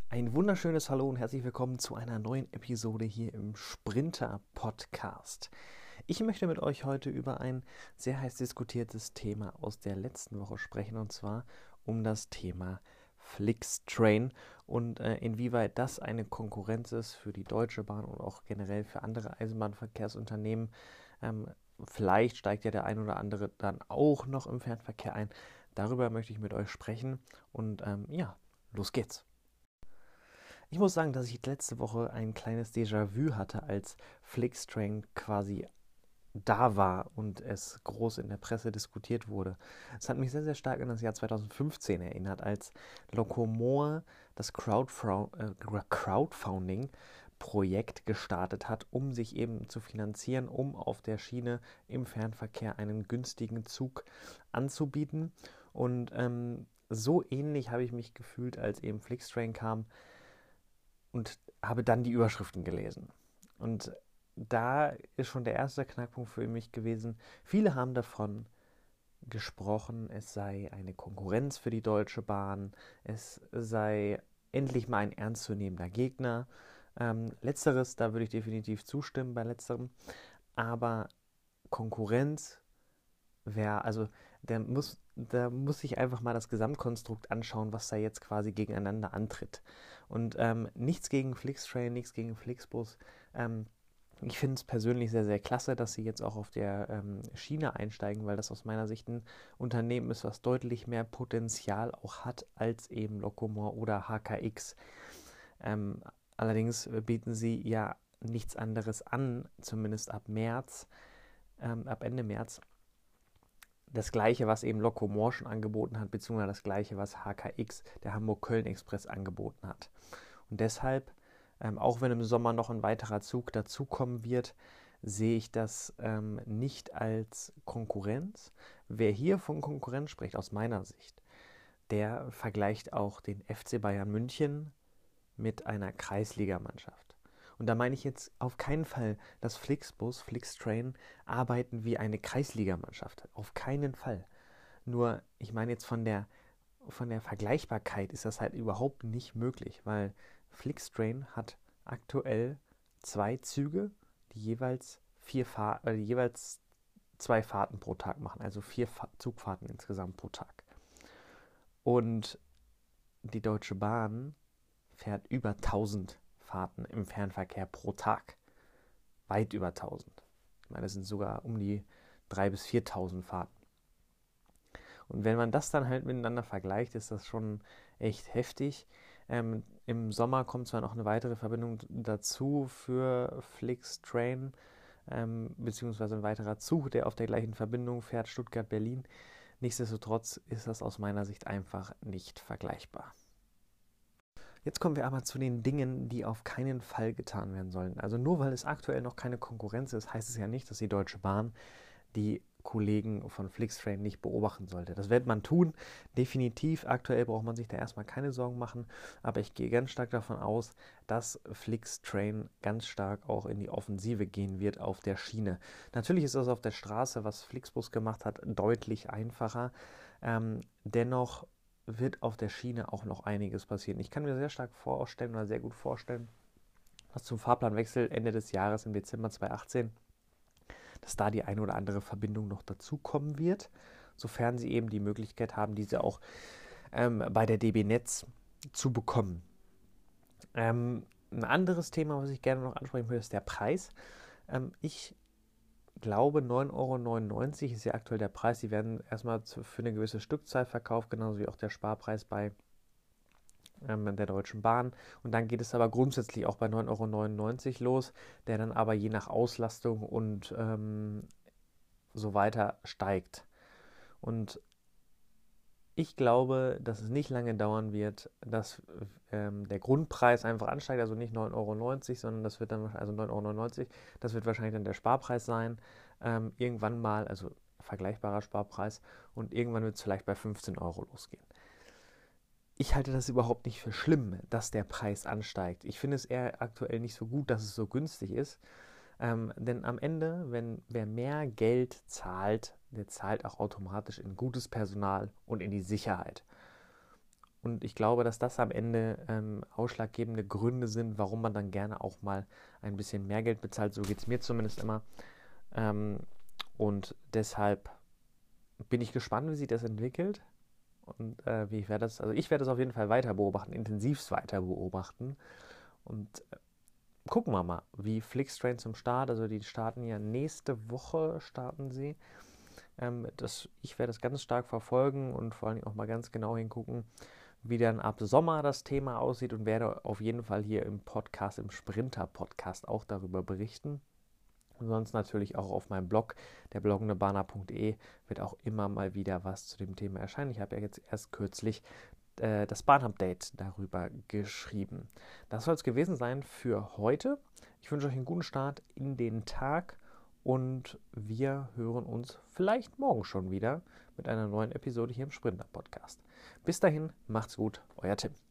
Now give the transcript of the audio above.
Ein wunderschönes Hallo und herzlich willkommen zu einer neuen Episode hier im Sprinter-Podcast. Ich möchte mit euch heute über ein sehr heiß diskutiertes Thema aus der letzten Woche sprechen, und zwar um das Thema Flixtrain und inwieweit das eine Konkurrenz ist für die Deutsche Bahn und auch generell für andere Eisenbahnverkehrsunternehmen. Vielleicht steigt ja der ein oder andere dann auch noch im Fernverkehr ein. Darüber möchte ich mit euch sprechen und los geht's. Ich muss sagen, dass ich letzte Woche ein kleines Déjà-vu hatte, als Flixtrain quasi da war und es groß in der Presse diskutiert wurde. Es hat mich sehr, sehr stark an das Jahr 2015 erinnert, als Locomore das Crowdfunding-Projekt gestartet hat, um sich eben zu finanzieren, um auf der Schiene im Fernverkehr einen günstigen Zug anzubieten. Und so ähnlich habe ich mich gefühlt, als eben Flixtrain kam und habe dann die Überschriften gelesen. Und da ist schon der erste Knackpunkt für mich gewesen. Viele haben davon gesprochen, es sei eine Konkurrenz für die Deutsche Bahn, es sei endlich mal ein ernstzunehmender Gegner. Letzteres, da würde ich definitiv zustimmen bei letzterem. Aber Konkurrenz wäre, also da muss ich einfach mal das Gesamtkonstrukt anschauen, was da jetzt quasi gegeneinander antritt. Und nichts gegen Flixtrain, nichts gegen Flixbus. Ich finde es persönlich sehr, sehr klasse, dass sie jetzt auch auf der Schiene einsteigen, weil das aus meiner Sicht ein Unternehmen ist, was deutlich mehr Potenzial auch hat als eben Locomore oder HKX. Ähm, Allerdings bieten sie ja nichts anderes an, zumindest ab März, ab Ende März, das gleiche, was eben Locomore schon angeboten hat, beziehungsweise das gleiche, was HKX, der Hamburg-Köln-Express, angeboten hat. Und deshalb, auch wenn im Sommer noch ein weiterer Zug dazukommen wird, sehe ich das nicht als Konkurrenz. Wer hier von Konkurrenz spricht, aus meiner Sicht, der vergleicht auch den FC Bayern München mit einer Kreisligamannschaft. Und da meine ich jetzt auf keinen Fall, dass Flixbus, Flixtrain arbeiten wie eine Kreisligamannschaft. Auf keinen Fall. Nur, ich meine jetzt von der Vergleichbarkeit ist das halt überhaupt nicht möglich, weil Flixtrain hat aktuell zwei Züge, die jeweils zwei Fahrten pro Tag machen, also vier Zugfahrten insgesamt pro Tag. Und die Deutsche Bahn fährt über 1000 Fahrten im Fernverkehr pro Tag. Weit über 1000. Ich meine, es sind sogar um die 3.000 bis 4.000 Fahrten. Und wenn man das dann halt miteinander vergleicht, ist das schon echt heftig. Im Sommer kommt zwar noch eine weitere Verbindung dazu für Flixtrain, beziehungsweise ein weiterer Zug, der auf der gleichen Verbindung fährt, Stuttgart-Berlin. Nichtsdestotrotz ist das aus meiner Sicht einfach nicht vergleichbar. Jetzt kommen wir aber zu den Dingen, die auf keinen Fall getan werden sollen. Also nur weil es aktuell noch keine Konkurrenz ist, heißt es ja nicht, dass die Deutsche Bahn die Kollegen von Flixtrain nicht beobachten sollte. Das wird man tun, definitiv. Aktuell braucht man sich da erstmal keine Sorgen machen, aber ich gehe ganz stark davon aus, dass Flixtrain ganz stark auch in die Offensive gehen wird auf der Schiene. Natürlich ist das auf der Straße, was Flixbus gemacht hat, deutlich einfacher. Dennoch wird auf der Schiene auch noch einiges passieren. Ich kann mir sehr stark vorstellen oder sehr gut vorstellen, dass zum Fahrplanwechsel Ende des Jahres im Dezember 2018, dass da die eine oder andere Verbindung noch dazukommen wird, sofern sie eben die Möglichkeit haben, diese auch bei der DB Netz zu bekommen. Ein anderes Thema, was ich gerne noch ansprechen würde, ist der Preis. Ich glaube, 9,99 € ist ja aktuell der Preis. Die werden erstmal für eine gewisse Stückzahl verkauft, genauso wie auch der Sparpreis bei der Deutschen Bahn. Und dann geht es aber grundsätzlich auch bei 9,99 € los, der dann aber je nach Auslastung und so weiter steigt. Und ich glaube, dass es nicht lange dauern wird, dass der Grundpreis einfach ansteigt, also nicht 9,90 €, sondern das wird dann, also 9,99 €, das wird wahrscheinlich dann der Sparpreis sein. Irgendwann mal, also vergleichbarer Sparpreis, und irgendwann wird es vielleicht bei 15 € losgehen. Ich halte das überhaupt nicht für schlimm, dass der Preis ansteigt. Ich finde es eher aktuell nicht so gut, dass es so günstig ist. Denn am Ende, wenn wer mehr Geld zahlt, der zahlt auch automatisch in gutes Personal und in die Sicherheit. Und ich glaube, dass das am Ende ausschlaggebende Gründe sind, warum man dann gerne auch mal ein bisschen mehr Geld bezahlt. So geht es mir zumindest immer. Und deshalb bin ich gespannt, wie sich das entwickelt. Und ich werde das auf jeden Fall weiter beobachten, intensivst weiter beobachten. Und gucken wir mal, wie Flixtrain zum Start, also die starten ja nächste Woche, starten sie. Ich werde das ganz stark verfolgen und vor allem auch mal ganz genau hingucken, wie dann ab Sommer das Thema aussieht und werde auf jeden Fall hier im Podcast, im Sprinter-Podcast auch darüber berichten. Und sonst natürlich auch auf meinem Blog, der bloggendebahner.de, wird auch immer mal wieder was zu dem Thema erscheinen. Ich habe ja jetzt erst kürzlich das Bahn-Update darüber geschrieben. Das soll es gewesen sein für heute. Ich wünsche euch einen guten Start in den Tag und wir hören uns vielleicht morgen schon wieder mit einer neuen Episode hier im Sprinter-Podcast. Bis dahin, macht's gut, euer Tim.